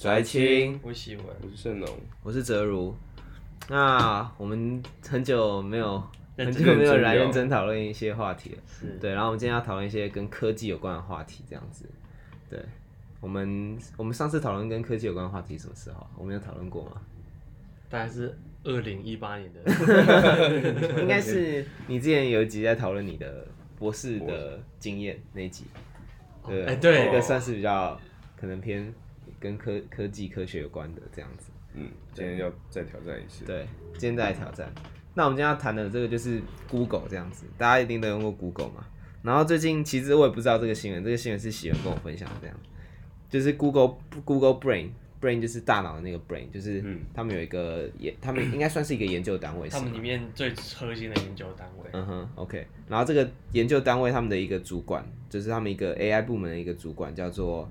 翟青， 我喜文， 我是盛龙， 我是哲如。那我们很久没有来认真讨论一些话题了，对。然后我们今天要讨论一些跟科技有关的话题，这样子。对，我们上次讨论跟科技有关的话题什么时候？我们有讨论过吗？ 大概是2018年的， 应该是你之前有一集在讨论你的博士的经验那一集，对， 对， 那个算是比较可能偏跟科技科学有关的这样子。 今天要再挑战一次。 对，今天再来挑战。那我们今天要谈的这个就是 Google 这样子，大家一定都用过 Google 嘛。然后最近其实我也不知道这个新闻，这个新闻是喜文跟我分享的，这样，就是 Google Brain 就是大脑的那个 Brain， 就是他们有一个他们应该算是一个研究单位， 他们里面最核心的研究单位。 OK。然后这个研究单位他们的一个主管，就是他们一个 AI 部门的一个主管，叫做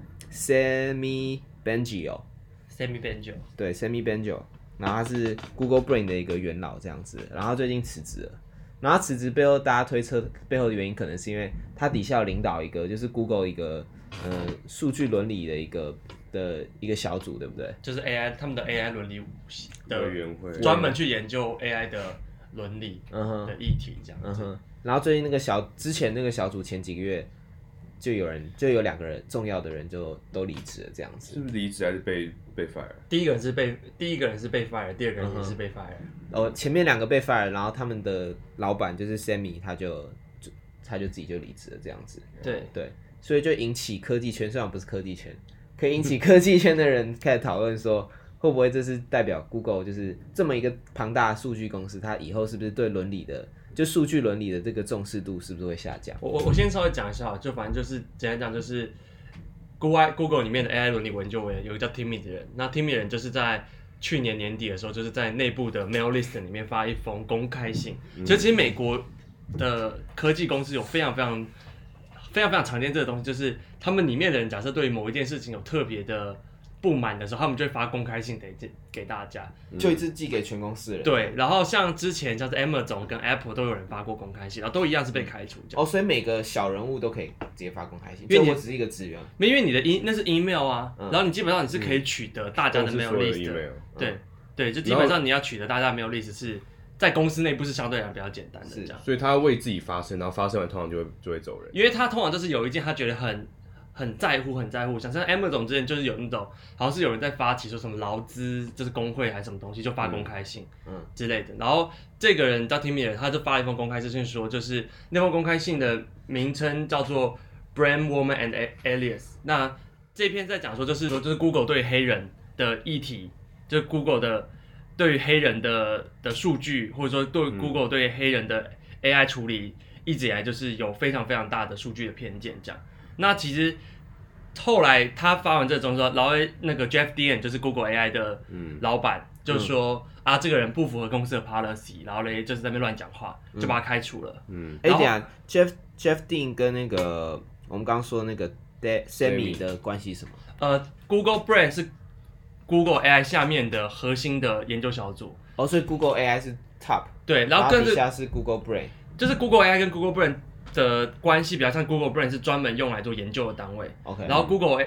Semi Bengio。对 ，Semi Bengio， 然后他是 Google Brain 的一个元老这样子，然后他最近辞职了。然后他辞职背后，大家推测背后的原因，可能是因为他底下有领导一个就是 Google 一个数据伦理的一个小组，对不对？ 就是 AI 他们的 AI 伦理的委员会， 专门去研究 AI 的伦理的议题这样子。 然后最近之前那个小组前几个月。就有2个人重要的人就都离职了，这样子。 是不是离职还是被 fire？ 第一个人是被 fire， 第二个人也是被 fire。 前面2个被 fire， 然后他们的老板就是 Sammy， 他就自己就离职了，这样子。对，所以就引起科技圈，虽然不是科技圈，可以引起科技圈的人开始讨论说，会不会这是代表 Google 就是这么一个庞大的数据公司，它以后是不是对伦理的？就数据伦理的这个重视度是不是会下降？ 我先稍微讲一下，就反正就是简单讲，就是 Google 里面的 AI 伦理研究委员有一个叫 Timmy 的人，那 Timmy 的人就是在去年年底的时候，就是在内部的 mail list 里面发一封公开信。其实美国的科技公司有非常常见这个东西，就是他们里面的人假设对于某一件事情有特别的不满的时候，他们就会发公开信给大家， 就一次寄给全公司的人。 对，然后像之前像是 Amazon 跟 Apple 都有人发过公开信，然后都一样是被开除。 所以每个小人物都可以直接发公开信，因为我只是一个职员。 因为你的那是 email 啊，然后你基本上你是可以取得大家的 mail list 的。对，就基本上你要取得大家的 mail list 是在公司内部是相对来讲比较简单的这样。 所以他为自己发声，然后发声完通常就会走人， 因为他通常就是有一件他觉得很在乎，像 Amazon 之前就是有那种，好像是有人在发起说什么劳资，就是工会还是什么东西，就发公开信，之类的。然后这个人叫 Timmy 人，他就发了一封公开信，说就是那封公开信的名称叫做 Brain Woman and Alias。那这篇在讲说，就是 Google 对黑人的议题，就是 Google 的对于黑人的数据，或者说对 Google 对黑人的 AI 处理，一直以来就是有非常大的数据的偏见这样。那其实后来他发完这个东西，然后那个 Jeff Dean 就是 Google AI 的老板，就说这个人不符合公司的 policy， 然后嘞就是在那边乱讲话，就把他开除了。 等一下 Jeff Dean 跟那个我们刚刚说的那个 Sammy 的关系是什么 ？Google Brain 是 Google AI 下面的核心的研究小组。 所以 Google AI 是 top， 对， 然后底下是 Google Brain， 就是 Google AI 跟 Google Brain的关系比较像 Google Brain 是专门用来做研究的单位，然后 Google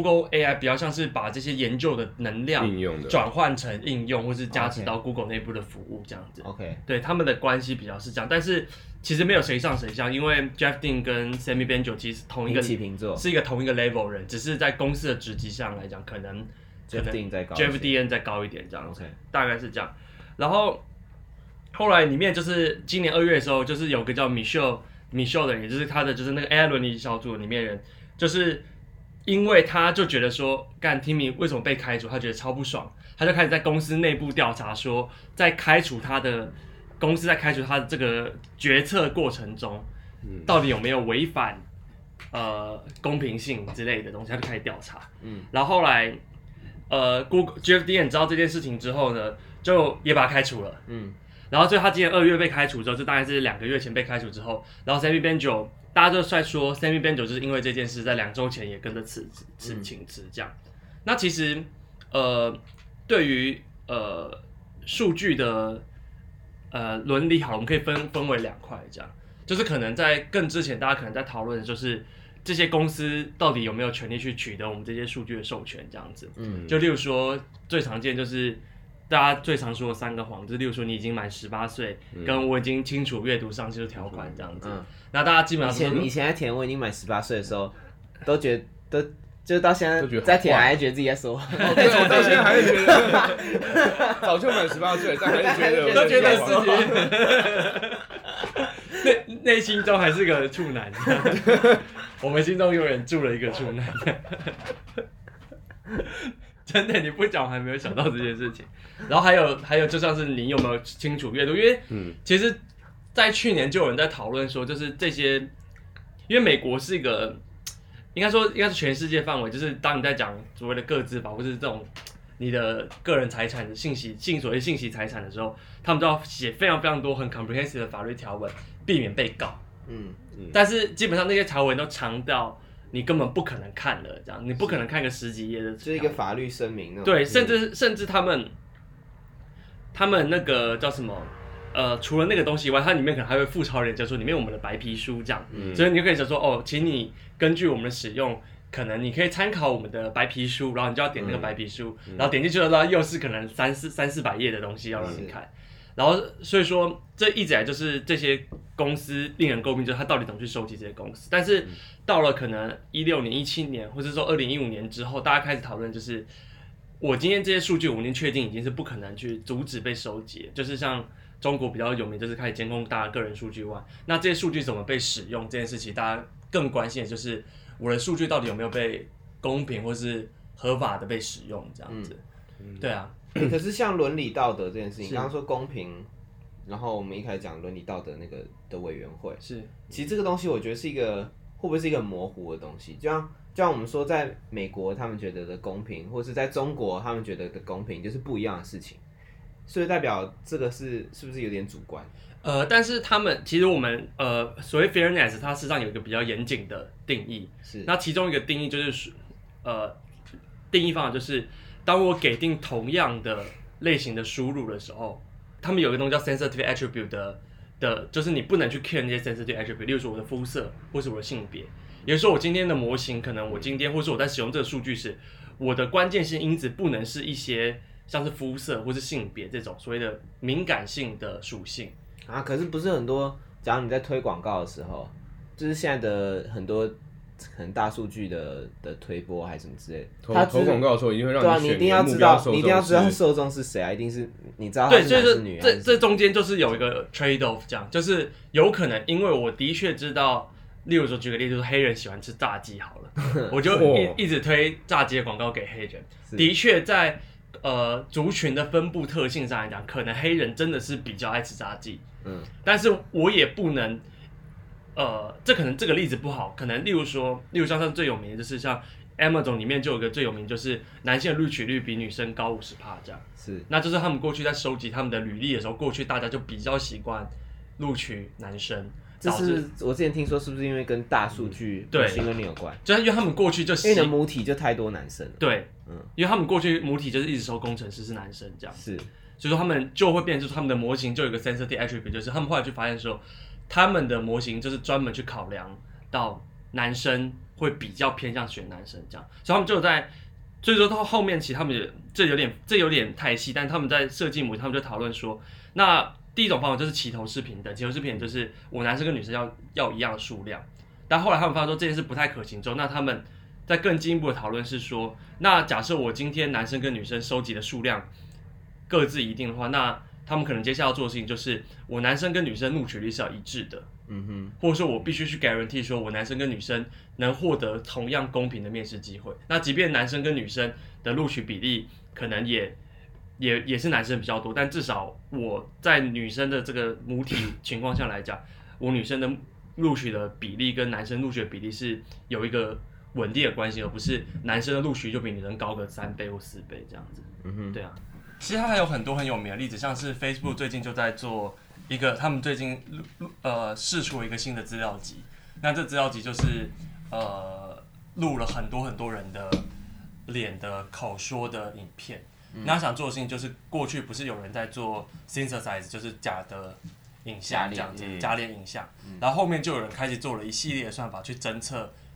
AI 比较像是把这些研究的能量转换成应用，或是加持到 Google 内部的服务这样子。对，他们的关系比较是这样，但是其实没有谁上谁下，因为 Jeff Dean 跟 Sammy Bengio 其实同一个是一个同一个 level 人，只是在公司的职级上来讲，可能 Jeff Dean 再高一点这样子，大概是这样。然后后来里面就是今年2月的时候，就是有个叫 Michelle 的人，也就是他的就是那个 AI 伦理小组里面的人，就是因为他就觉得说，干 Timmy 为什么被开除，他觉得超不爽，他就开始在公司内部调查，说在公司在开除他的这个决策过程中，到底有没有违反公平性之类的东西，他就开始调查。然后后来Google Jeff Dean 知道这件事情之后呢，就也把他开除了。然后，所以他今年2月被开除之后，就大概是2个月前被开除之后，然后 Sammy Bengio 大家就在说 Sammy Bengio 就是因为这件事，在2周前也跟着请辞这样。那其实对于数据的伦理好，我们可以分为2块这样，就是可能在更之前，大家可能在讨论的就是这些公司到底有没有权利去取得我们这些数据的授权这样子。就例如说最常见就是大家最常说的3个谎，就是例如说你已经满18岁，跟我已经清楚阅读上述条款这样子。那大家基本上以前在填我已经满18岁的时候，都觉得就是到现在在填还是觉得自己在说谎。 对，我到现在还是觉得早就满18岁，但还是觉得自己内心中还是个处男。我们心中永远住了一个处男。真的，你不讲我还没有想到这件事情。然后还有，就像是你有没有清楚阅读？因为其实，在去年就有人在讨论说，就是这些，因为美国是一个，应该是全世界范围，就是当你在讲所谓的个资法或是这种你的个人财产的所谓信息财产的时候，他们都要写非常非常多很 comprehensive 的法律条文，避免被告。但是基本上那些条文都长到你根本不可能看了，这样你不可能看个10几页的， 就是一个法律声明。 对，甚至他们那个叫什么？除了那个东西以外，它里面可能还会附超人，就说里面有我们的白皮书这样，所以你就可以想说，哦，请你根据我们的使用，可能你可以参考我们的白皮书，然后你就要点那个白皮书，然后点进去了，又是可能300-400页的东西要让你看。然后所以说这一直来就是这些公司令人诟病，就是他到底怎么去收集这些公司。但是到了可能16年、17年，或者说2015年之后，大家开始讨论，就是我今天这些数据，我已经确定已经是不可能去阻止被收集，就是像中国比较有名，就是开始监控大家个人数据外，那这些数据怎么被使用这件事情，大家更关心的就是我的数据到底有没有被公平或是合法的被使用，这样子。对啊。 可是像伦理道德这件事情，刚刚说公平，然后我们一开始讲伦理道德那个的委员会，其实这个东西我觉得是一个会不会是一个模糊的东西？就像我们说，在美国他们觉得的公平，或是在中国他们觉得的公平，就是不一样的事情，所以代表这个是不是有点主观？ 但是他们其实我们所谓 fairness， 它事实上有一个比较严谨的定义。那其中一个定义就是定义方法就是。当我给定同样的类型的输入的时候，他们有一个东西叫 sensitive attribute 的，就是你不能去 care 那些 sensitive attribute， 例如说我的肤色或是我的性别。也就是说，我今天的模型，可能我今天或是我在使用这个数据时，我的关键性因子不能是一些像是肤色或是性别这种所谓的敏感性的属性啊。可是不是很多，假如你在推广告的时候，就是现在的很多。可能大数据的推播还是什么之类的， 投广告的时候一定会让你一定要知道，你一定要知道受众是谁啊，一定是你知道他是男是女。 对，这中间就是有一个 trade off， 这样就是有可能，因为我的确知道，例如说举个例子，就是黑人喜欢吃炸鸡好了，我就一直推炸鸡的广告给黑人。的确在族群的分布特性上来讲，可能黑人真的是比较爱吃炸鸡，但是我也不能。这可能这个例子不好，可能例如像最有名的就是像 Amazon 里面就有一个最有名，就是男性的录取率比女生高50%这样。那就是他们过去在收集他们的履历的时候，过去大家就比较习惯录取男生。 这是我之前听说，是不是因为跟大数据新闻有关？ 就是因为他们过去就因为你的母体就太多男生了。 对，因为他们过去母体就是一直收工程师是男生这样。所以说他们就会变成他们的模型就有一个 sensitive attribute， 就是他们后来就发现说。他们的模型就是专门去考量到男生会比较偏向选男生这样，所以他们就所以说到后面其实他们这有点太细，但他们在设计模型，他们就讨论说，那第一种方法就是齐头式平等，齐头式平等就是我男生跟女生要一样的数量，但后来他们发现说这件事不太可行之后，那他们在更进一步的讨论是说，那假设我今天男生跟女生收集的数量各自一定的话，那他们可能接下来要做的事情就是，我男生跟女生录取率是要一致的，或者说我必须去 guarantee 说我男生跟女生能获得同样公平的面试机会。那即便男生跟女生的录取比例可能也是男生比较多，但至少我在女生的这个母体情况下来讲，我女生的录取的比例跟男生录取的比例是有一个稳定的关系，而不是男生的录取就比女生高个3倍或4倍这样子。对啊。其实它还有很多很有名的例子，像是 Facebook 最近就在做一个，他们最近释出了一个新的资料集。那这资料集就是录了很多很多人的脸的口说的影片。那他想做的事情就是，过去不是有人在做 synthesize， 就是假的影像这样子，假脸影像。然后后面就有人开始做了一系列的算法去侦测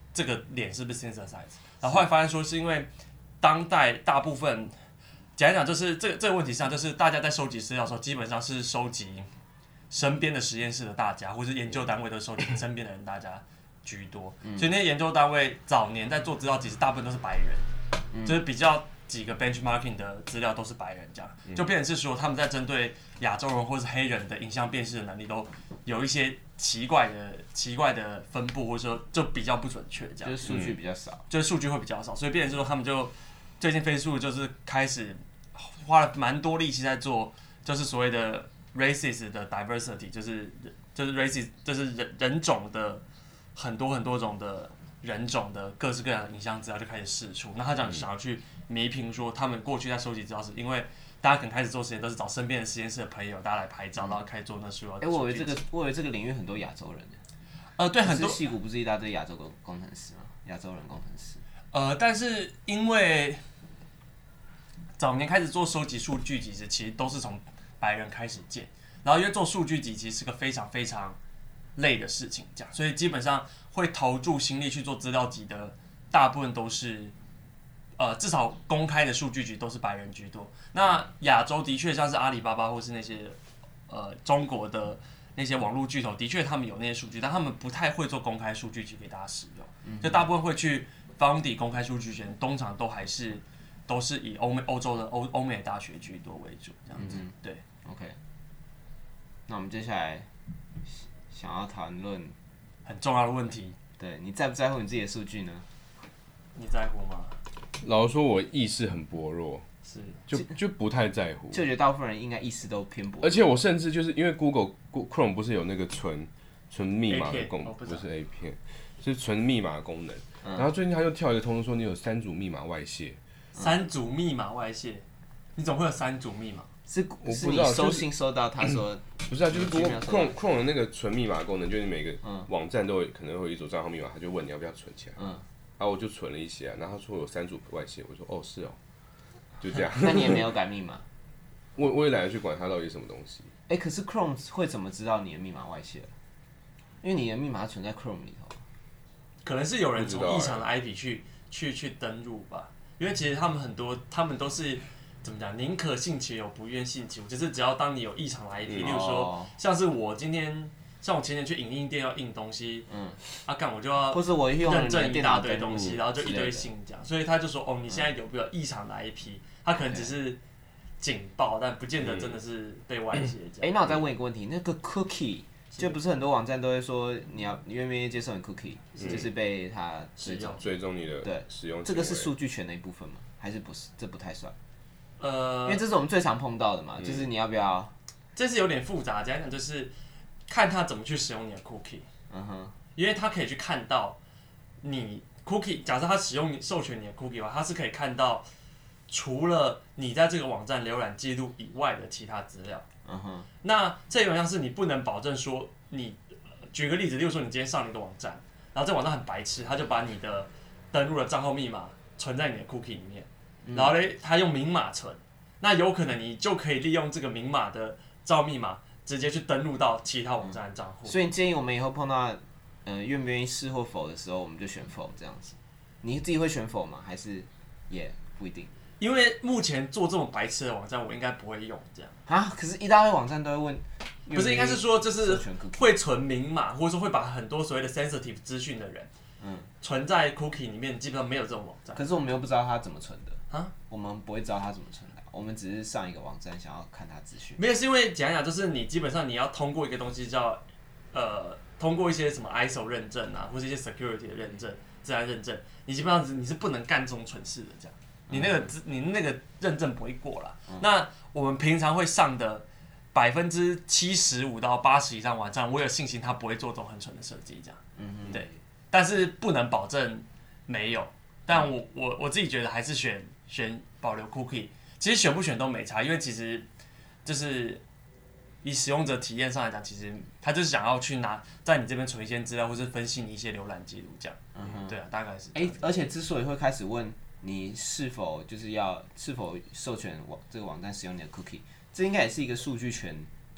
这个脸是不是 synthesize。然后后来发现说是因为当代大部分简单讲就是这个问题上，就是大家在收集资料的时候，基本上是收集身边的实验室的大家，或是研究单位都收集身边的人大家居多，所以那些研究单位早年在做资料集，大部分都是白人，就是比较几个 benchmarking 的资料都是白人，这样就变成是说他们在针对亚洲人或是黑人的影像辨识的能力都有一些奇怪的分布，或者说就比较不准确，这样就是数据比较少， 就是数据会比较少，所以变成是说他们就最近飞速就是开始花了蛮多力气在做，就是所谓的 racist 的 diversity， 就是 racist 就是人种的很多种的人种的各式各样的影像资料就开始释出。那他这样想要去弥平说，他们过去在收集资料是因为大家可能开始做实验都是找身边的实验室的朋友，大家来拍照，然后开始做那数据。 我以为这个领域很多亚洲人。 对，很多。 矽谷不是一大堆亚洲工程师吗？亚洲人工程师。 但是因为早年开始做收集数据集时，其实都是从白人开始建，然后因为做数据集其实是个非常非常累的事情，这样，所以基本上会投注心力去做资料集的，大部分都是至少公开的数据集都是白人居多。那亚洲的确像是阿里巴巴或是那些中国的那些网络巨头，的确他们有那些数据，但他们不太会做公开数据集给大家使用，就大部分会去 foundry 公开数据集，通常都是以欧洲的欧美大学居多为主，这样子。对 ，OK。那我们接下来想要谈论很重要的问题。 对，你在不在乎你自己的数据呢？ 你在乎吗？ 老实说，我意识很薄弱， 是就不太在乎。 就觉得大部分人应该意识都偏薄弱。 而且我甚至就是因为 Google Chrome 不是有那个存密码的功能，不是 A 片，是存密码的功能。然后最近他就跳一个通知说你有3组密码外泄。 3组密码外泄？你怎么会有3组密码？ 是你收信收到他说不是啊，就是 Chrome 的那个存密码功能，就是每个网站都可能会有一组账号密码，他就问你要不要存起来。然后我就存了一些，然后他说有3组外泄，我说哦是哦，就这样。 那你也没有改密码？ 我也懒得去管它到底是什么东西。 可是 Chrome 会怎么知道你的密码外泄了？因为你的密码存在 Chrome 里头。 可能是有人从异常的 IP 去登入吧，因为其实他们都是怎么讲，宁可信其有，不愿信其无，就是只要当你有异常的 IP，例如说像是我前天去影印店要印东西，我就要或是我用认证一大堆东西，然后就一堆信这样，所以他就说哦，你现在有没有异常的 IP？ 他可能只是警报，但不见得真的是被外泄这样。 那我再问一个问题，那个 cookie 就不是很多网站都会说你愿不愿意接受你 cookie，就是被他追踪你的使用。 这个是数据权的一部分吗？还是不是？这不太算。因为这是我们最常碰到的嘛，就是你要不要？ 这是有点复杂，讲讲就是看他怎么去使用你的 cookie。因为他可以去看到你 cookie， 假设他授权你的 cookie 的话，他是可以看到除了你在这个网站浏览记录以外的其他资料。那这有点像是你不能保证说你，举个例子，例如说你今天上了一个网站，然后这网站很白痴，他就把你的登录的账号密码存在你的 cookie 里面，然后嘞他用明码存，那有可能你就可以利用这个明码的账号密码直接去登录到其他网站的账户。 所以你建议我们以后碰到愿不愿意是或否的时候，我们就选否这样子。你自己会选否吗？还是也不一定？ 因为目前做这种白痴的网站，我应该不会用这样啊。可是，一大堆网站都会问， 不是应该是说，就是会存明码，或者说会把很多所谓的 sensitive 资讯的人，存在 cookie 里面，基本上没有这种网站。 可是我们又不知道他怎么存的啊，我们不会知道他怎么存的，我们只是上一个网站想要看他资讯。 没有，是因为讲讲，就是你基本上你要通过一个东西叫通过一些什么 ISO 认证啊，或是一些 security 的认证、自然认证，你基本上你是不能干这种蠢事的这样。你那个认证不会过啦。那我们平常会上的75%到80%以上网站，我有信心他不会做这种很蠢的设计，这样。对。但是不能保证没有。但我自己觉得还是选保留 cookie。其实选不选都没差，因为其实就是以使用者体验上来讲，其实他就是想要去在你这边存一些资料，或是分析你一些浏览记录这样。对啊，大概是。 而且之所以会开始问你是否授权这个网站使用你的 cookie， 这应该也是一个数据权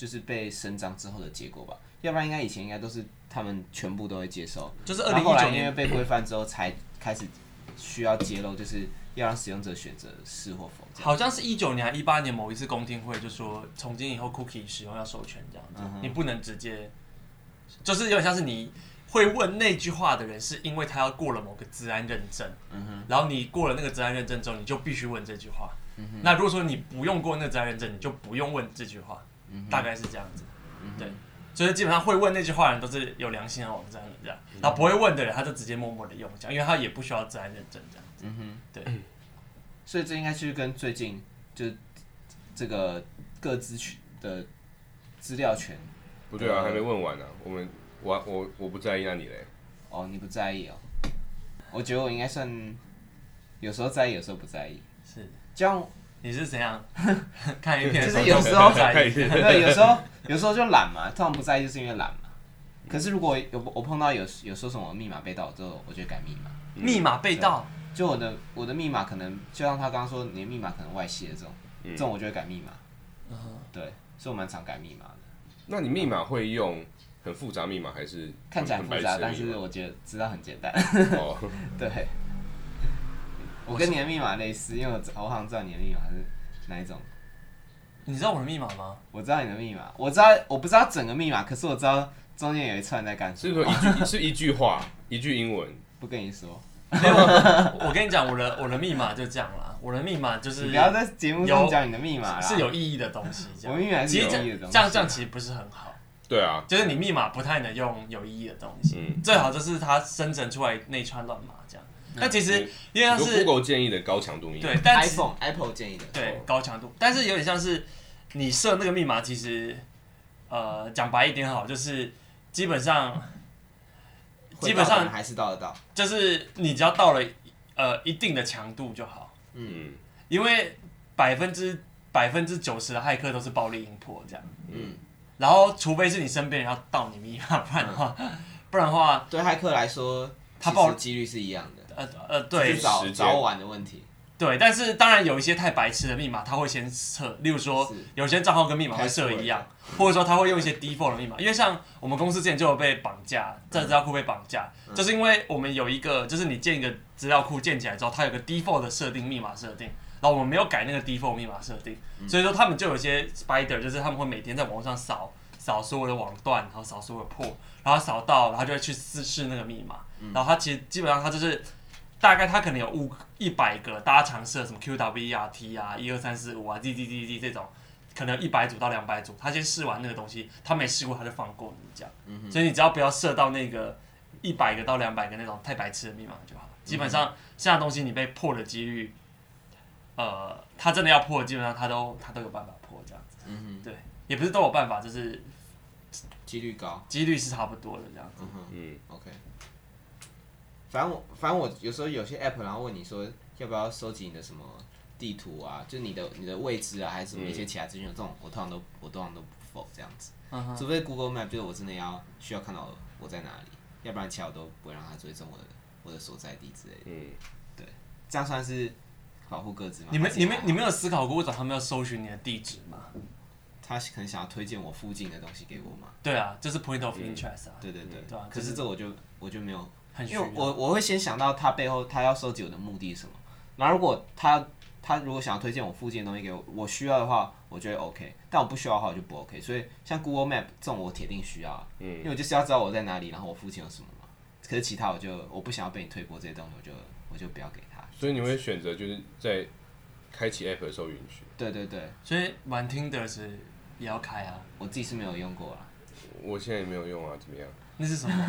就是被伸张之后的结果吧，要不然以前应该都是他们全部都会接受， 就是 2019 年因为被规范之后才开始需要揭露，就是要让使用者选择是或否。 好像是19年还18年某一次公听会就说，从今以后 cookie 使用要授权这样子，你不能直接，就是有点像是你会问那句话的人，是因为他要过了某个资安认证，然后你过了那个资安认证之后，你就必须问这句话。那如果说你不用过那个资安认证，你就不用问这句话，大概是这样子。对，所以基本上会问那句话的人都是有良心的网站的这样，然后不会问的人他就直接默默的用这样，因为他也不需要资安认证这样子。对。 所以这应该是跟最近就这个各自的资料权。 不对啊，还没问完呢、我不在意，那你嘞？ 哦，你不在意哦。我觉得我应该算有时候在意，有时候不在意。 是。 这样你是怎样看一片？ 就是有时候在意，对，有时候就懒嘛。通常不在意就是因为懒嘛。可是如果我碰到有说什么密码被盗之后，我就改密码。 密码被盗？ 就我的密码可能就像他刚刚说，你的密码可能外泄的这种我就会改密码。对，所以我蛮常改密码的。 那你密码会用很复杂密码还是看起来很复杂，但是我觉得知道很简单。 哦， 对。我跟你的密码类似，因为我好像知道你的密码是哪一种。 你知道我的密码吗？ 我知道你的密码，我不知道整个密码，可是我知道中间有一串在干什么。 是一句话，一句英文。 不跟你说。 我跟你讲，我的密码就这样啦。我的密码就是。 你不要在节目上讲你的密码啦。 是有意义的东西。 我密码是有意义的东西。 这样其实不是很好。 对啊。 就是你密码不太能用有意义的东西。最好就是它生成出来那串乱码这样。但其实因为它是 Google 建议的高强度密码。 对，但 Apple 建议的。 对，高强度，但是有点像是你设那个密码，其实讲白一点好，就是基本上还是到得到， 就是你只要到了一定的强度就好。因为90%的骇客都是暴力引破这样。然后除非是你身边人要盗你密码，不然的话， 对骇客来说，它爆几率是一样的。 对， 早晚的问题。 对，但是当然有一些太白痴的密码，他会先测，例如说有些账号跟密码会设一样，或者说他会用一些 default 的密码，因为像我们公司之前就有被绑架，在资料库被绑架，就是因为我们有一个，就是你建一个资料库建起来之后，它有个 default 的设定密码设定，然后我们没有改那个 default 密码设定，所以说他们就有些 spider， 就是他们会每天在网络上扫所有的网段，然后扫所有的破，然后扫到，然后就会去试那个密码，然后他其实基本上他就是。大概他可能有100个大家常设什么 QWERT 啊12345啊 DDDD 这种，可能100组到200组，他先试完那个东西，他没试过他就放过你这样，所以你只要不要设到那个100个到200个那种太白痴的密码就好，基本上现在东西你被破的几率，他真的要破，基本上他都有办法破这样子，对，也不是都有办法，就是几率高， 几率是差不多的这样子 ，OK。反正我有时候有些 app 然后问你说要不要收集你的什么地图啊，就你的位置啊，还是什么一些其他资讯，这种我通常都不否这样子，除非 Google Map 就是我真的需要看到我在哪里，要不然其他我都不会让它追踪我的所在地之类的。对，这样算是保护个资吗？ 你们有思考过为什么他们要搜寻你的地址吗？ 他可能想要推荐我附近的东西给我嘛？ 对啊，这是 point of interest 啊。 对啊。 可是这我就没有。 因为我会先想到他背后他要收集我的目的是什么，然后如果他如果想要推荐我附近的东西给我需要的话，我觉得 OK， 但我不需要的话我就不 OK。所以像 Google Map 这种我铁定需要啊，因为我就是要知道我在哪里，然后我附近有什么嘛。可是其他我不想要被你推播这些东西，我就不要给他。 所以你会选择就是在开启 App 的时候允许。 对， 所以玩Tinder时也要开啊。 我自己是没有用过啦。 我现在也没有用啊，怎么样？ 那是什么？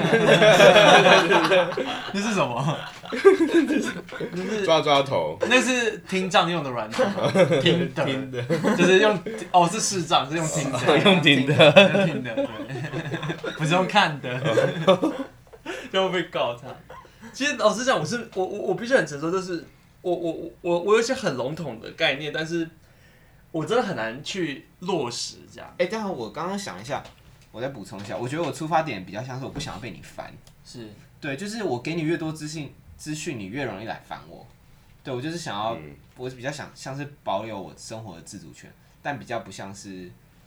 那是什么？ 抓头。 那是听障用的软体，听的，就是用是视障，是用听的， 用听的， 对，不是用看的，就会被告他。其实老实讲，我必须很承受，就是我有一些很笼统的概念，但是我真的很难去落实这样。 但是我刚刚想一下。我再补充一下，我觉得我出发点比较像是我不想要被你烦， 是对，就是我给你越多资讯，你越容易来烦我。对我就是想要，我比较像是保有我生活的自主权，但比较不像是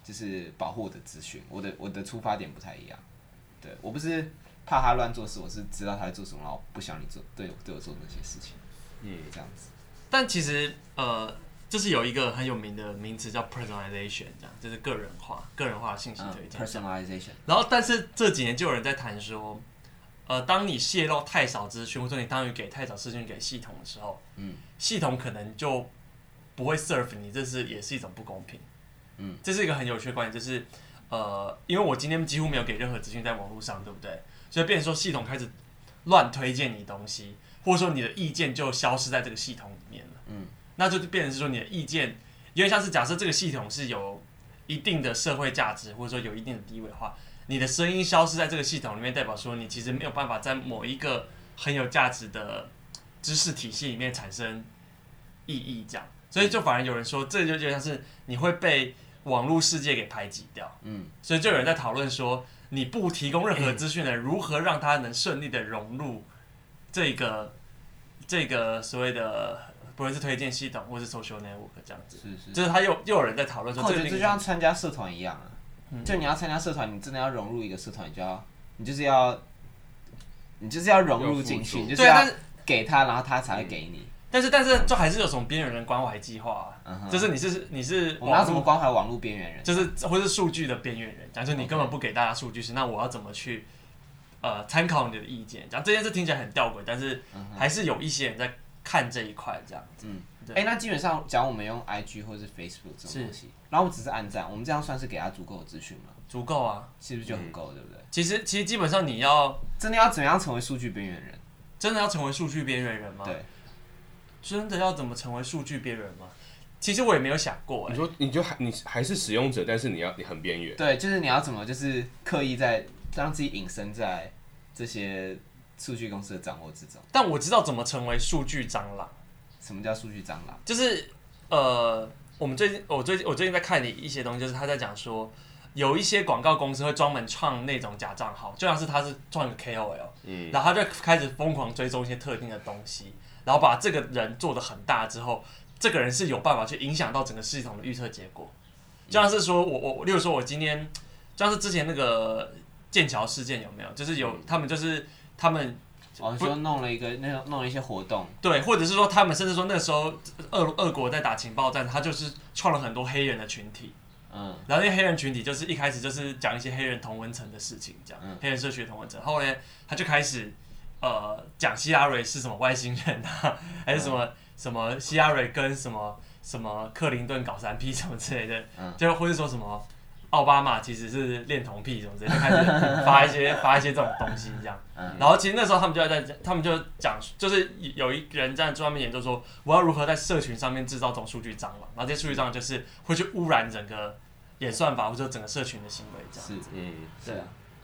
就是保护我的资讯。我的出发点不太一样，对我不是怕他乱做事，我是知道他在做什么，然后不想你对我做那些事情，这样子。 但其实就是有一个很有名的名词叫 personalization， 这样就是个人化的信息推荐。 personalization。 然后，但是这几年就有人在谈说，当你泄露太少资讯，或者你当你给太少资讯给系统的时候，系统可能就不会 serve 你，也是一种不公平。这是一个很有趣的观点，就是因为我今天几乎没有给任何资讯在网络上，对不对？所以变成说系统开始乱推荐你东西，或者说你的意见就消失在这个系统里面了。那就变成是说你的意见有点像是假设这个系统是有一定的社会价值，或者说有一定的地位的话，你的声音消失在这个系统里面，代表说你其实没有办法在某一个很有价值的知识体系里面产生意义，这样。所以就反而有人说，这就像是你会被网络世界给排挤掉。所以就有人在讨论说，你不提供任何资讯的人，如何让他能顺利的融入这个所谓的。不论是推荐系统或是 social network 这样子，就是他又有人在讨论说， 我觉得这就像参加社团一样啊，就你要参加社团，你真的要融入一个社团，你就是要融入进去，你就是要给他，然后他才会给你。 但是就还是有种边缘人关怀计划就是你是我们要怎么关怀网络边缘人？ 就是或是数据的边缘人，假如说你根本不给大家数据时，那我要怎么去参考你的意见？讲这件事听起来很吊诡，但是还是有一些人在看这一块这样子。 那基本上讲我们用 IG 或是 Facebook 这种东西，然后我只是按赞，我们这样算是给他足够的资讯吗？ 足够啊， 是不是就很够，对不对？ 其实基本上你要真的要怎样成为数据边缘人？ 真的要成为数据边缘人吗？ 对， 真的要怎么成为数据边缘人吗？其实我也没有想过。 你说你还是使用者，但是你很边缘。 对，就是你要怎么就是刻意在让自己隐身在这些数据公司的掌握之中。 但我知道怎么成为数据蟑螂。 什么叫数据蟑螂？ 就是我最近在看一些东西，就是他在讲说，有一些广告公司会专门创那种假账号，就像是他是创一个 KOL，然后他就开始疯狂追踪一些特定的东西，然后把这个人做得很大之后，这个人是有办法去影响到整个系统的预测结果。就像是说例如说我今天，就像是之前那个剑桥事件有没有？就是他们。 你说弄了一些活动， 对，或者是说他们甚至说那时候俄国在打情报战，他就是创了很多黑人的群体，然后那些黑人群体就是一开始就是讲一些黑人同温层的事情，这样，黑人社区的同温层，后来他就开始讲希拉蕊是什么外星人啊，还是什么希拉蕊跟什么克林顿搞3P 什么之类的，就或者说什么。奥巴马其实是恋童癖什么之类的，就开始发一些这种东西这样。然后其实那时候他们就讲，就是有一个人在专门研究说，我要如何在社群上面制造这种数据蟑螂，然后这些数据蟑螂就是会去污染整个演算法或者整个社群的行为这样子。 对啊。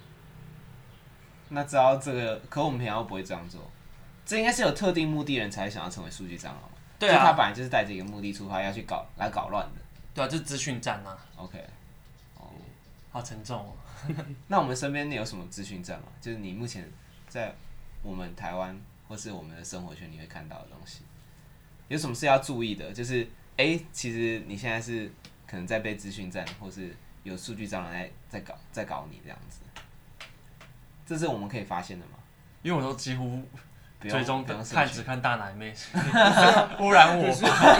那知道这个，可我们平常不会这样做，这应该是有特定目的人才想要成为数据蟑螂嘛？ 对啊。 就他本来就是带着一个目的出发，要去搞乱的。 对啊，就是资讯战啊。 OK。 好沉重哦。 那我们身边有什么资讯站吗？就是你目前在我们台湾或是我们的生活圈你会看到的东西，有什么是要注意的？就是其实你现在是可能在被资讯站，或是有数据蟑螂在搞你这样子，这是我们可以发现的吗？ 因为我都几乎追踪只看大奶妹，污染我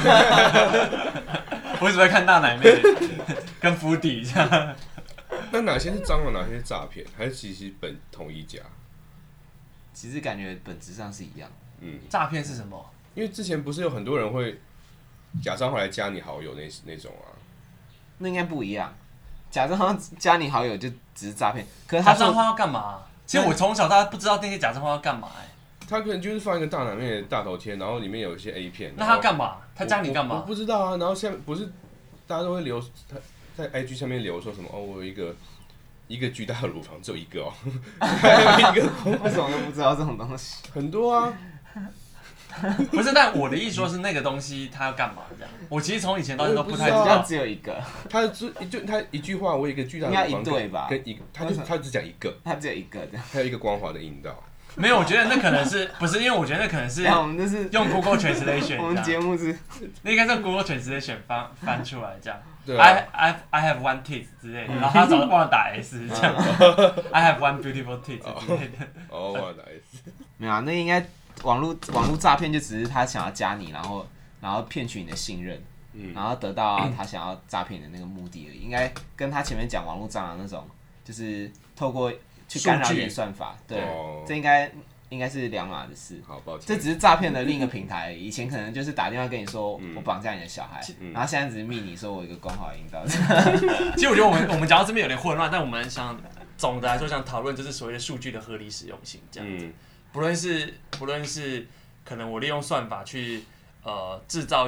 吧。我只会看大奶妹跟福迪这样。 那哪些是蟑螂，哪些是诈骗，还是其实同一家？ 其实感觉本质上是一样的。 诈骗是什么？ 因为之前不是有很多人会假账号来加你好友那种啊？ 那应该不一样。假账号加你好友就只是诈骗，可是假账号要干嘛？其实我从小到大不知道那些假账号要干嘛他可能就是放一个大奶妹的大头贴，然后里面有一些 A 片。 那他干嘛？他加你干嘛？ 我不知道啊。然后现在不是大家都会留在 IG 上面留说什么我有一个巨大的乳房，只有一个还有一个， 为什么都不知道这种东西？ 很多啊。 不是，但我的意思说是那个东西它要干嘛这样？我其实从以前到现在都不太知道，只有一个。 他一句话，我有一个巨大的乳房， 应该一对吧？ 他只讲一个， 他只有一个的， 还有一个光滑的阴道。 没有，我觉得那可能是不是？因为我觉得那可能是我们就是用 Google Translation， 我们节目是那应该是 Google Translation 翻出来这样。 对啊 I have one teeth 之类的，然后他忘了打 S 这样。I have one beautiful teeth 之类的。 哦，忘了打 S。 没有啊，那应该网络诈骗就只是他想要加你，然后骗取你的信任，然后得到他想要诈骗的那个目的而已。应该跟他前面讲网络蟑螂那种，就是透过去干扰演算法，对，这应该是两码的事。 好，抱歉。 这只是诈骗的另一个平台而已。以前可能就是打电话跟你说我绑架你的小孩，然后现在只是密你说我有一个公好引导。 其实我觉得我们讲到这边有点混乱，但我们总的来说想讨论就是所谓的数据的合理使用性这样子。不论是可能我利用算法去制造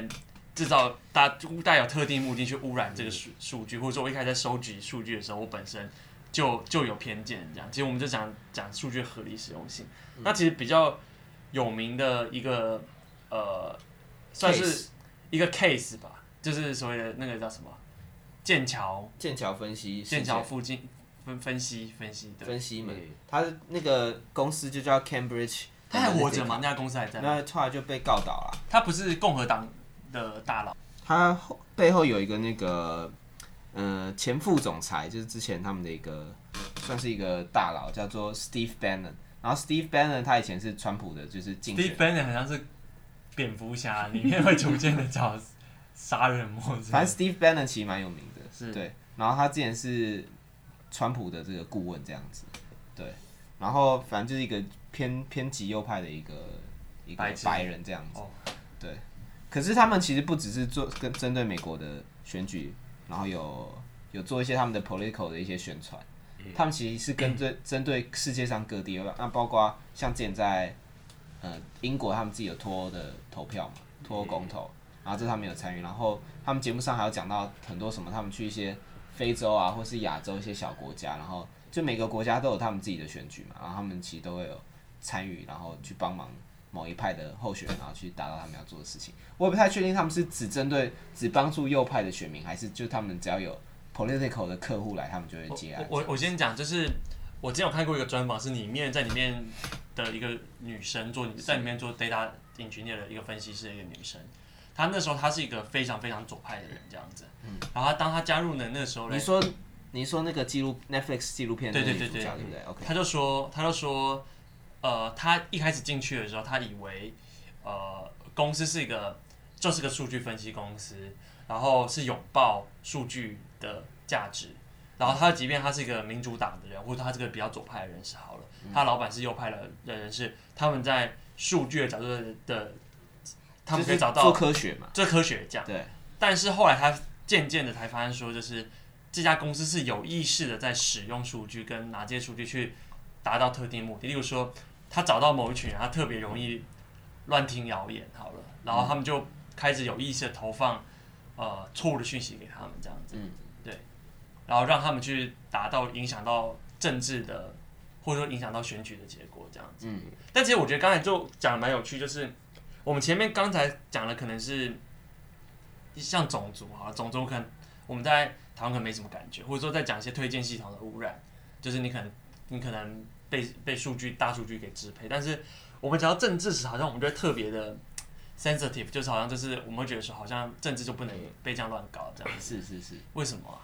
带有特定目的去污染这个数据，或者说我一开始在收集数据的时候，我本身就有偏见这样。其实我们就讲数据的合理使用性。那其实比较有名的一个算是一个 case 吧，就是所谓的那个叫什么剑桥分析， 剑桥附近分析门，他那个公司就叫 Cambridge。 他还活着吗？那家公司还在？ 那后来就被告倒了。 他不是共和党的大佬， 他背后有一个那个前副总裁，就是之前他们的一个算是一个大佬，叫做 Steve Bannon。然后 Steve Bannon 他以前是川普的，就是竞选。 Steve Bannon 好像是蝙蝠侠里面会出现的叫杀人魔。 反正 Steve Bannon 其实蛮有名的， 是对。然后他之前是川普的这个顾问这样子，对。然后反正就是一个偏极右派的一个白人这样子，对。可是他们其实不只是针对美国的选举，然后有做一些他们的 political 的一些宣传，他们其实是针对世界上各地，那包括像之前在英国他们自己有脱欧的投票嘛，脱欧公投，然后这他们有参与，然后他们节目上还有讲到很多什么，他们去一些非洲啊或是亚洲一些小国家，然后就每个国家都有他们自己的选举嘛，然后他们其实都会有参与，然后去帮忙某一派的候选人，然后去达到他们要做的事情。我也不太确定他们是只帮助右派的选民，还是就他们只要有 political 的客户来，他们就会接案。 我先讲，就是我之前有看过一个专访，是在里面的一个女生在里面做 data engineer 的一个分析师的一个女生。她那时候她是一个非常非常左派的人这样子，然后当她加入的那个时候， 你说那个Netflix 纪录片的那个女主角对不对 ？OK， 他就说，他一开始进去的时候，他以为公司就是个数据分析公司，然后是拥抱数据的价值，然后即便他是一个民主党的人，或者他是个比较左派的人士好了，他老板是右派的人士，他们在数据的角度的，他们可以找到做科学嘛， 做科学这样。 对。 但是后来他渐渐的才发现说，就是这家公司是有意识的在使用数据跟拿这些数据去达到特定目的，例如说他找到某一群人，他特别容易乱听谣言好了，然后他们就开始有意识的投放错误的讯息给他们这样子，对，然后让他们去达到影响到政治的，或者说影响到选举的结果这样子。但其实我觉得刚才就讲的蛮有趣，就是我们前面刚才讲的可能是像种族哈，种族可能我们在台湾可能没什么感觉，或者说在讲一些推荐系统的污染，就是你可能被大数据给支配，但是我们讲到政治时，好像我们就会特别的 sensitive， 就是好像就是我们会觉得说，好像政治就不能被这样乱搞这样子。 是， 为什么啊？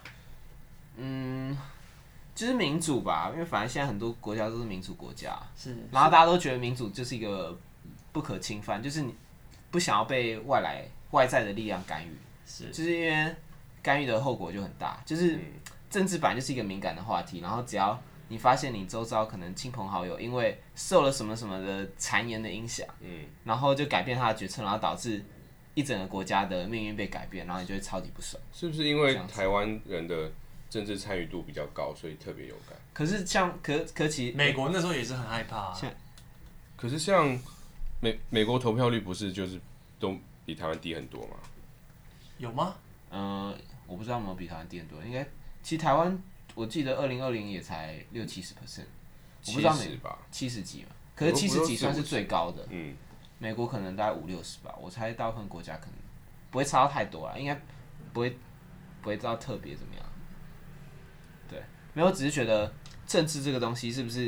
就是民主吧，因为反正现在很多国家都是民主国家， 是， 然后大家都觉得民主就是一个不可侵犯，就是你不想要被外在的力量干预，就是因为干预的后果就很大，就是政治本来就是一个敏感的话题，然后只要你发现你周遭可能亲朋好友因为受了什么什么的谗言的影响，然后就改变他的决策，然后导致一整个国家的命运被改变，然后你就会超级不爽。 是不是因为台湾人的政治参与度比较高，所以特别有感？ 可是像其美国那时候也是很害怕啊。 可是像美国投票率不是就是都比台湾低很多吗？ 有吗？ 我不知道有没有比台湾低很多，应该其实台湾我记得2020也才60-70%，我不知道70几嘛，可是70几算是最高的，美国可能大概50-60吧，我猜大部分国家可能不会差到太多啦，应该不会到特别怎么样，对，没有，只是觉得政治这个东西是不是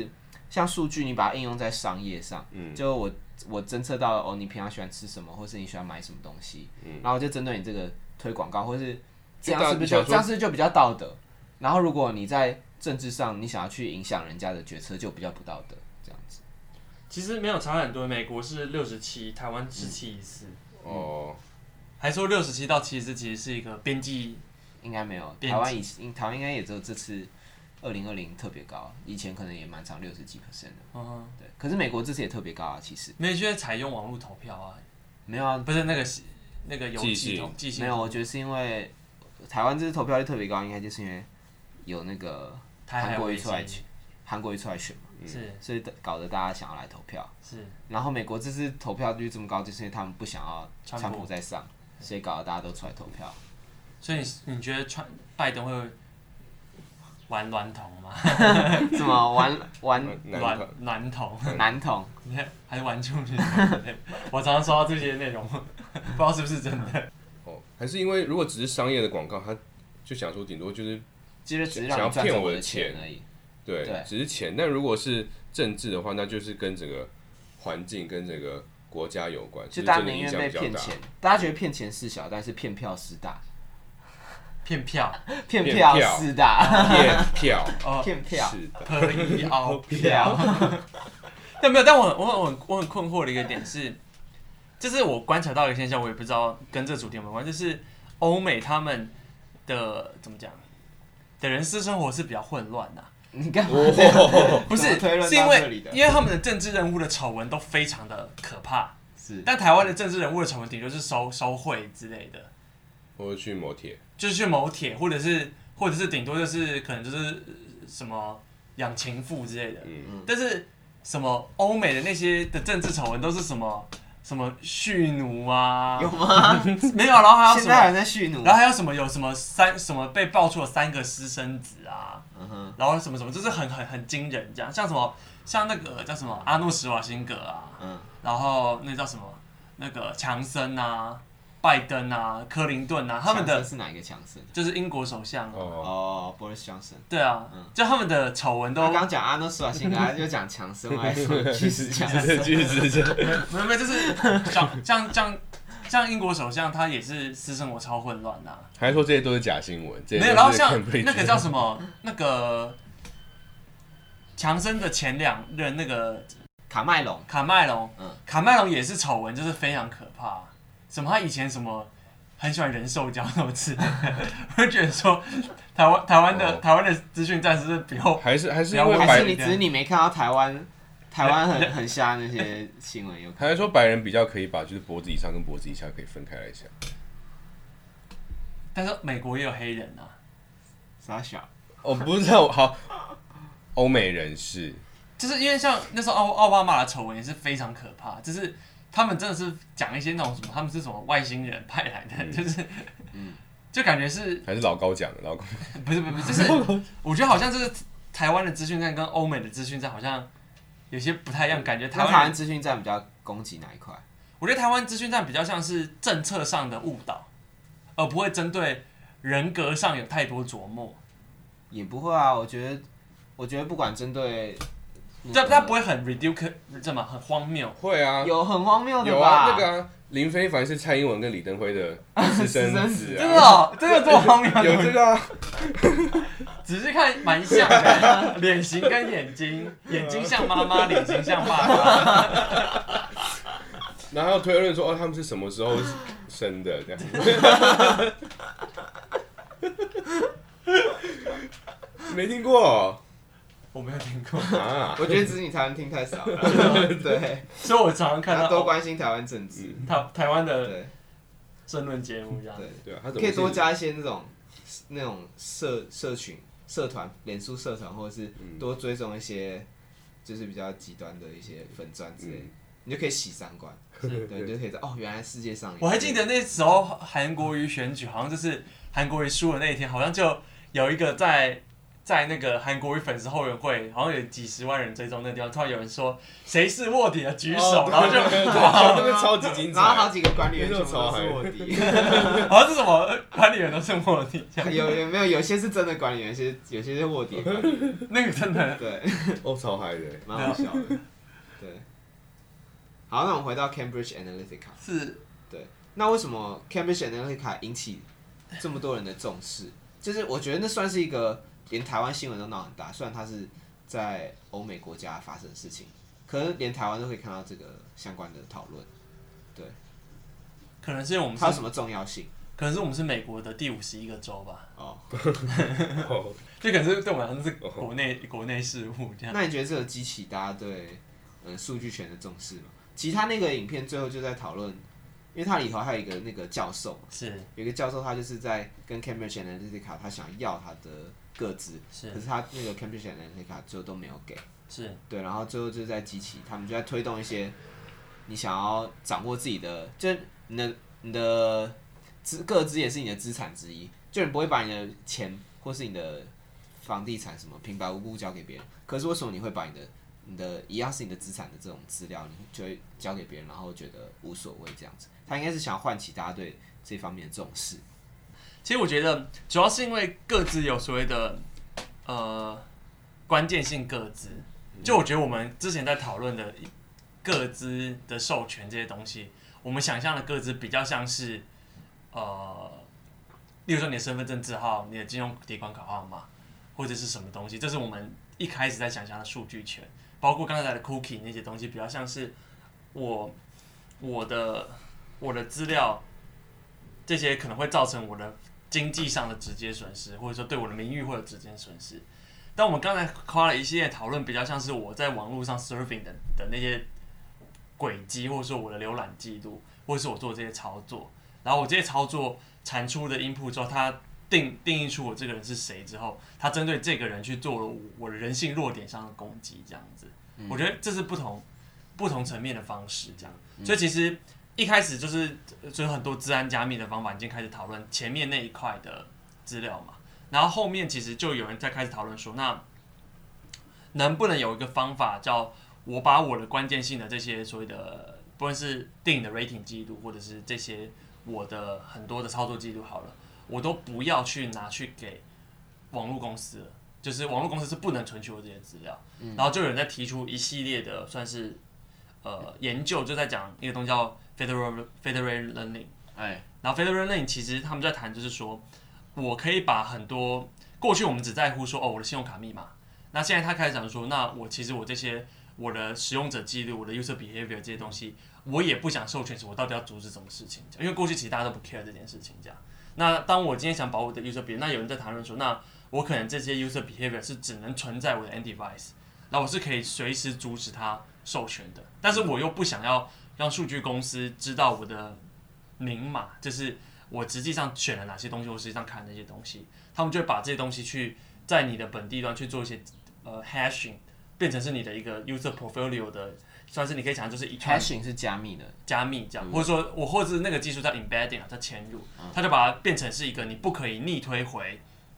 像数据，你把它应用在商业上，就我侦测到你平常喜欢吃什么，或是你喜欢买什么东西，然后就针对你这个推广告，或是这样是不是就比较道德？然后如果你在政治上你想要去影响人家的决策，就比较不道德，这样子。 其实没有差很多，美国是67，台湾17.4。哦，还说67到74其实是一个边际， 应该没有。台湾应该也只有这次2020特别高，以前可能也蛮长60几%的。对。可是美国这次也特别高啊，其实。 没有，觉得采用网络投票啊？ 没有啊， 不是那个邮寄没有，我觉得是因为台湾这次投票率特别高，应该就是因为有那个韩国瑜出来选嘛。 是， 所以搞得大家想要来投票。是，然后美国这次投票率这么高，就是因为他们不想要川普再上，所以搞得大家都出来投票。 所以你觉得拜登会玩娈童吗？ 怎么玩娈童？ 男童还是玩处女？我常常收到这些内容，不知道是不是真的。 还是因为如果只是商业的广告，他就想说顶多就是想要骗我的钱而已。 对，只是钱。但如果是政治的话，那就是跟整个环境、跟整个国家有关， 就大家宁愿被骗钱，大家觉得骗钱事小，但是骗票事大。 骗票事大。 骗票可以熬票。但没有，但我很困惑的一个点是，就是我观察到一个现象，我也不知道跟这主题有没有关，就是欧美他们的怎么讲的人私生活是比较混乱的。 你干嘛？ 不是，是因为他们的政治人物的丑闻都非常的可怕。 是， 但台湾的政治人物的丑闻顶多是收贿之类的， 或者去某铁， 就是去某铁，或者是顶多就是可能就是什么养情妇之类的。但是什么欧美的那些的政治丑闻都是什么蓄奴啊？ 有吗？ 没有，然后还有什么？ 现在还有在蓄奴？ 然后还有什么？有什么被爆出了3个私生子啊？然后什么，就是很惊人这样，像那个叫什么阿诺·施瓦辛格啊，然后那叫什么那个强森啊、拜登啊、克林顿啊，他们的是哪一个强森？ 就是英国首相 Boris Johnson。 对啊，就他们的丑闻都。 他刚讲阿诺·施瓦辛格，他就讲强森，我还说巨石强森。 没有，就是像英国首相，他也是私生活超混乱呐。 还说这些都是假新闻， 没有。然后像那个叫什么，那个强森的前2任那个卡麦隆， 卡麦隆也是丑闻，就是非常可怕。什么他以前什么很喜欢人兽交什么之类的，我就觉得说台湾的资讯站是比后还是你只是你没看到台湾很瞎那些新闻有。 还是说白人比较可以把就是脖子以上跟脖子以下可以分开来想， 但是美国也有黑人啊， 傻小。 我不知道，好，欧美人士就是因为像那时候奥巴马的丑闻也是非常可怕，就是他们真的是讲一些那种什么，他们是什么外星人派来的，就是就感觉是还是老高讲的老高， 不是，就是我觉得好像就是台湾的资讯站跟欧美的资讯站好像有些不太一样，感觉台湾资讯站比较攻击哪一块？ 我觉得台湾资讯站比较像是政策上的误导，而不会针对人格上有太多琢磨。 也不会啊，我觉得不管针对， 他不会很 ridiculous， 这么很荒谬。 会啊， 有很荒谬的吧？ 有啊，那个林非凡是蔡英文跟李登辉的私生子啊， 真的哦，真的这么荒谬？ 有这个啊， 只是看蛮像的，脸型跟眼睛像妈妈，脸型像爸爸。 然后推论说他们是什么时候生的这样。没听过， 我没有听过啊。我觉得只是你台湾听太少了，对。 所以我常常看到多关心台湾政治， 台湾的政论节目这样。 对啊， 可以多加一些那种社群、社团、脸书社团，或者是多追踪一些就是比较极端的一些粉专之类的，你就可以洗3观。对，就可以原来世界上。 我还记得那时候韩国瑜选举，好像就是韩国瑜输的那一天，好像就有一个在在那个韩国语粉丝后援会，好像有几十万人追踪那个地方，突然有人说谁是卧底的举手，然后就哇，那个超级精彩， 然后好几个管理员全部都是卧底， 好像是什么管理员都是卧底， 有些是真的管理员，有些是卧底， 那个真的对， 超嗨的， 蛮好笑的，对。好，那我们回到 Cambridge Analytica， 是， 对，那为什么 Cambridge Analytica 引起这么多人的重视？就是我觉得那算是一个连台湾新闻都闹很大，虽然它是在欧美国家发生的事情，可是连台湾都可以看到这个相关的讨论。对， 可能是我们它有什么重要性？ 可能是我们是美国的第51个州吧。 哦， 这可能是对我们来说是国内事务这样。 那你觉得这个激起大家对数据权的重视吗？其实他那个影片最后就在讨论。因为它里头还有一个那个教授， 是有一个教授，他就是在跟 Cambridge Analytica， 他想要他的个资，可是他那个 Cambridge Analytica 最后都没有给， 是对，然后最后就在激起他们就在推动一些你想要掌握自己的，就是你的个资也是你的资产之一，就你不会把你的钱或是你的房地产什么平白无故交给别人，可是为什么你会把你的一样是你的资产的这种资料，你就会交给别人，然后觉得无所谓这样子。他应该是想唤起大家对这方面的重视。 其实我觉得主要是因为个资有所谓的关键性个资，就我觉得我们之前在讨论的个资的授权这些东西，我们想象的个资比较像是例如说你的身份证字号、你的金融提款卡号码或者是什么东西，这是我们一开始在想象的数据权。包括刚才的 cookie 那些东西，比较像是我的资料，这些可能会造成我的经济上的直接损失，或者说对我的名誉会有直接损失。但我们刚才花了一系列讨论，比较像是我在网络上 surfing 的那些轨迹，或者说我的浏览记录，或者是我做这些操作，然后我这些操作产出的 input 之后，它定义出我这个人是谁之后，他针对这个人去做了我的人性弱点上的攻击，这样子，我觉得这是不同层面的方式，这样。所以其实一开始就是很多资安加密的方法已经开始讨论前面那一块的资料嘛，然后后面其实就有人在开始讨论说，那能不能有一个方法叫我把我的关键性的这些所谓的不论是电影的 rating 记录，或者是这些我的很多的操作记录好了，我都不要去拿去给网络公司了，就是网络公司是不能存取我这些资料。然后就有人在提出一系列的算是研究，就在讲一个东西叫 federated learning。然后 federated learning 其实他们在谈就是说，我可以把很多过去我们只在乎说我的信用卡密码，那现在他开始讲说，那我这些我的使用者记录、我的 user behavior 这些东西，我也不想授权，我到底要阻止什么事情？因为过去其实大家都不 care 这件事情，这样。那当我今天想保护我的 user behavior， 那有人在谈论说，那我可能这些 user behavior 是只能存在我的 end device， 那我是可以随时阻止它授权的，但是我又不想要让数据公司知道我的明码，就是我实际上选了哪些东西，我实际上看那些东西，他们就会把这些东西去在你的本地端去做一些hashing， 变成是你的一个 user portfolio 的。算是你可以想就是一串 hashing 是加密的， 加密这样，或者说或者是那个技术叫 embedding 叫嵌入，它就把它变成是一个你不可以逆推回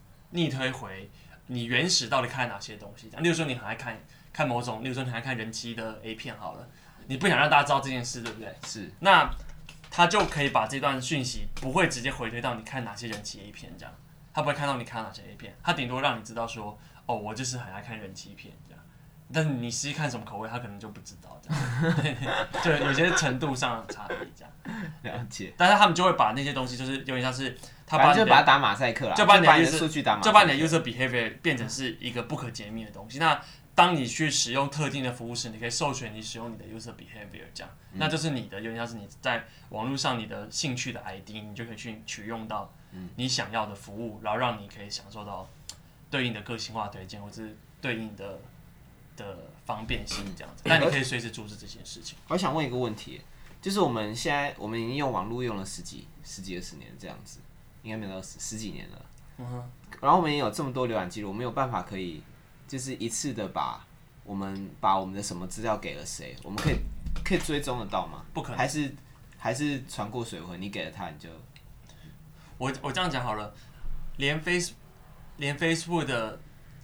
你原始到底看哪些东西。例如说你很爱看某种，例如说你很爱看人妻的 A 片好了，你不想让大家知道这件事，对不对？ 是。 那它就可以把这段讯息不会直接回推到你看哪些人妻 A 片这样，它不会看到你看哪些 A 片，它顶多让你知道说，哦，我就是很爱看人妻片这样。但是你实际看什么口味，他可能就不知道，这样，就有些程度上的差异这样。 了解。 但是他们就会把那些东西，就是有点像是他把它打马赛克啦， 就把你的数据打马赛克， 就把你的 user behavior 变成是一个不可解密的东西。那当你去使用特定的服务时，你可以授权你使用你的 user behavior 这样，那就是你的有点像是你在网络上你的兴趣的 ID， 你就可以去取用到你想要的服务，然后让你可以享受到对应的个性化推荐，或是对应的方便性这样子，但你可以随时阻止这件事情。 我想问一个问题，就是我们已经用网络用了十几20年这样子，应该没有到十几年了。然后我们也有这么多浏览记录，我们有办法可以就是一次的把我们的什么资料给了谁，我们可以追踪得到吗？ 不可能， 还是传过水回，你给了他你就。我这样讲好了，连 Facebook 的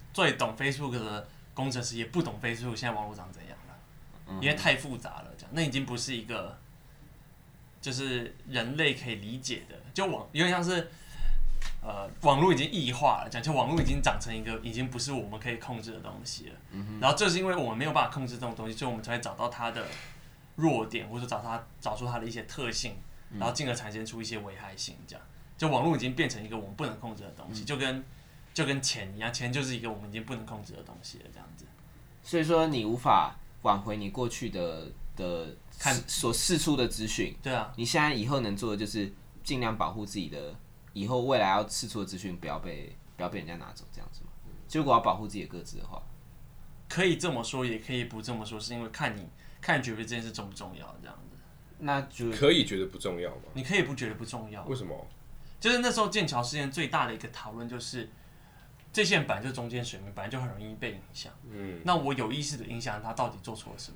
最懂 Facebook 的工程师也不懂 Facebook 现在网络长怎样了，因为太复杂了，这样那已经不是一个就是人类可以理解的，就有点像是网络已经异化了，讲就网络已经长成一个已经不是我们可以控制的东西了。然后正是因为我们没有办法控制这种东西，所以我们才会找到它的弱点，或者找出它的一些特性，然后进而产生出一些危害性，这样。就网络已经变成一个我们不能控制的东西，就跟钱一样，钱就是一个我们已经不能控制的东西了，这样子。 所以说你无法挽回你过去的所释出的资讯。 对啊。 你现在以后能做的就是尽量保护自己的，以后未来要释出的资讯不要被人家拿走，这样子嘛。如果要保护自己的个资的话， 可以这么说，也可以不这么说，是因为看你觉得这件事重不重要，这样子。 那就可以觉得不重要吗？ 你可以不觉得不重要。 为什么？ 就是那时候剑桥事件最大的一个讨论就是，这些人本来就中间水平，本来就很容易被影响。那我有意识的影响他，到底做错了什么？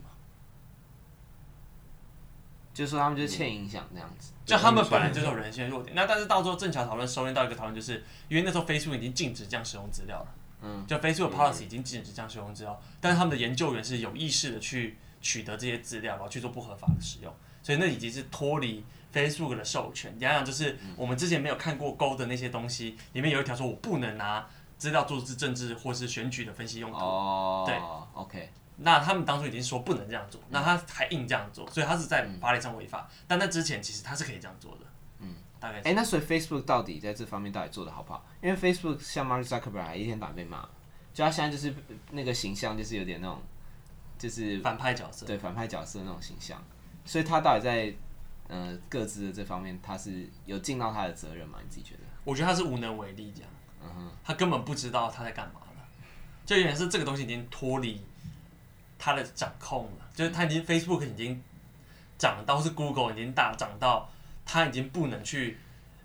就是说他们就是欠影响这样子。 就他们本来就是有人性弱点。那但是到最后剑桥讨论收敛到一个讨论，就是因为那时候 Facebook 已经禁止这样使用资料了。就 Facebook policy 已经禁止这样使用资料，但是他们的研究员是有意识的去取得这些资料，然后去做不合法的使用，所以那已经是脱离 Facebook 的授权。讲讲就是我们之前没有看过 Go 的那些东西，里面有一条说我不能拿资料做政治或是选举的分析用途。对 ，OK。 那他们当初已经说不能这样做，那他还硬这样做，所以他是在法律上违法。但在之前其实他是可以这样做的。大概。 那所以 Facebook 到底在这方面到底做的好不好？因为 Facebook 像 Mark Zuckerberg 还一天到晚被骂，就他现在就是那个形象就是有点那种，就是反派角色。 对，反派角色那种形象，所以他到底在各自的这方面，他是有尽到他的责任吗？你自己觉得？ 我觉得他是无能为力这样。他根本不知道他在干嘛了，就有点是这个东西已经脱离他的掌控了，就是他已经 Facebook 已经涨到，或是 Google 已经涨到，他已经不能去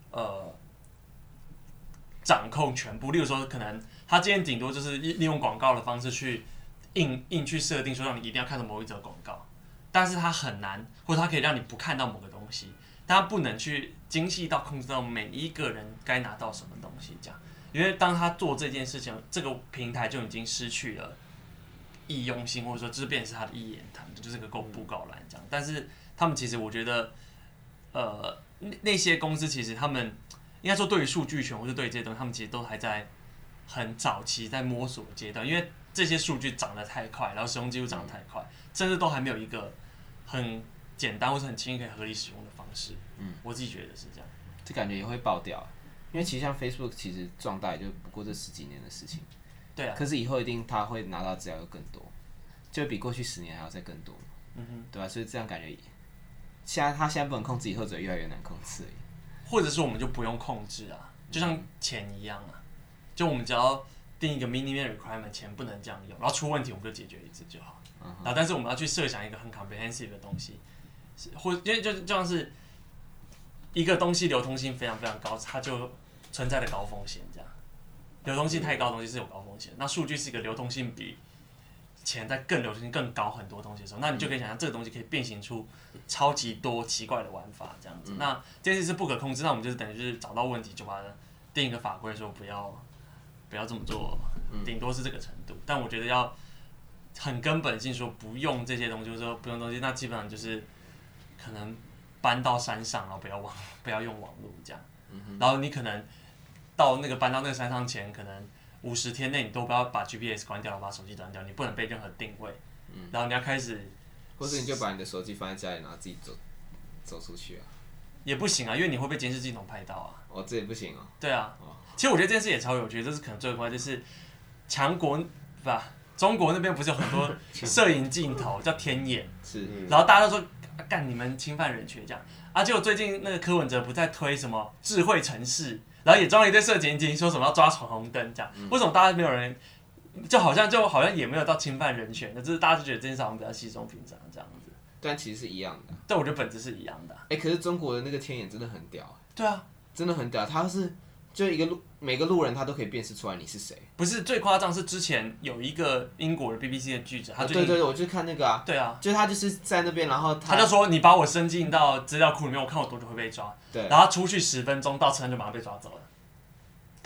掌控全部。例如说，可能他今天顶多就是利用广告的方式去硬去设定说让你一定要看到某一则广告，但是他很难，或者他可以让你不看到某个东西，但他不能去精细到控制到每一个人该拿到什么东西这样。因为当他做这件事情，这个平台就已经失去了易用性，或者说这变成是他的一言堂，就是个布告栏这样。但是他们其实我觉得，那些公司其实他们应该说对于数据权或者对于这些东西，他们其实都还在很早期在摸索阶段，因为这些数据涨得太快，然后使用记录涨得太快，甚至都还没有一个很简单或是很轻易可以合理使用的方式。我自己觉得是这样。 这感觉也会爆掉。因为其实像 Facebook 其实壮大也就不过这10几年的事情， 对啊。 可是以后一定他会拿到资料又更多，就比过去10年还要再更多，对吧？所以这样感觉，他现在不能控制，以后只会越来越难控制而已。 或者是我们就不用控制啊，就像钱一样啊，就我们只要定一个 minimum requirement， 钱不能这样用，然后出问题我们就解决一次就好。然后但是我们要去设想一个很 comprehensive 的东西，或因为就像是。一个东西流通性非常非常高，它就存在的高风险。这样，流通性太高的东西是有高风险。那数据是一个流通性比钱在更流通性更高很多东西的时候，那你就可以想象这个东西可以变形出超级多奇怪的玩法这样子。那这件事是不可控制，那我们就是等于就是找到问题就把它定一个法规说不要这么做，顶多是这个程度。但我觉得要很根本性说不用这些东西，就是说不用东西，那基本上就是可能。搬到山上，然后不要用网络这样，然后你可能搬到那个山上前，可能50天内你都不要把 GPS 关掉，然后把手机关掉，你不能被任何定位，然后你要开始， 或是你就把你的手机放在家里，然后自己走出去啊， 也不行啊，因为你会被监视系统拍到啊。 这也不行哦。 对啊，其实我觉得这件事也超有趣，这是可能最关键就是强国吧，中国那边不是有很多摄影镜头叫天眼， 是， 然后大家都说。干你们侵犯人权这样啊！结果最近那个柯文哲不在推什么智慧城市，然后也装了一堆色情影，说什么要抓闯红灯这样。为什么大家没有人就好像也没有到侵犯人权的，就是大家就觉得这件事好像比较稀松平常这样子。 但其实是一样的。 但我觉得本质是一样的。 可是中国的那个天眼真的很屌。 对啊， 真的很屌，他是。就每个路人他都可以辨识出来你是谁。 不是最夸张是之前有一个英国的 BBC 的记者，他对，我就看那个啊。 对啊， 就他就是在那边，然后他就说你把我伸进到资料库里面，我看我多久会被抓。 对。 然后他出去10分钟，到车上就马上被抓走了。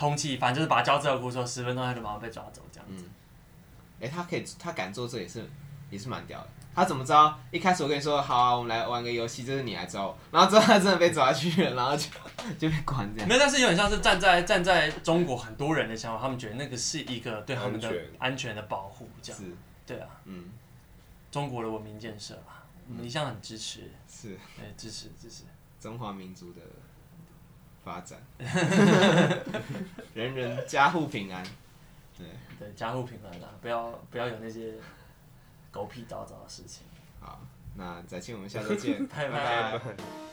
通缉，反正就是把他交资料库说10分钟他就马上被抓走这样子。 他敢做这也是蛮屌的。他怎么知道？一开始我跟你说好啊，我们来玩个游戏，就是你来抓我，然后之后他真的被抓去了，然后就被关这样。 没有，但是有点像是站在中国很多人的想法，他们觉得那个是一个对他们的安全的保护，这样。对啊，中国的文明建设嘛，我们一向很支持。 是。 对，支持。 中华民族的发展，人人家户平安。 对，家户平安啊，不要有那些狗屁倒灶的事情。 好，那再见，我们下周见， 拜拜。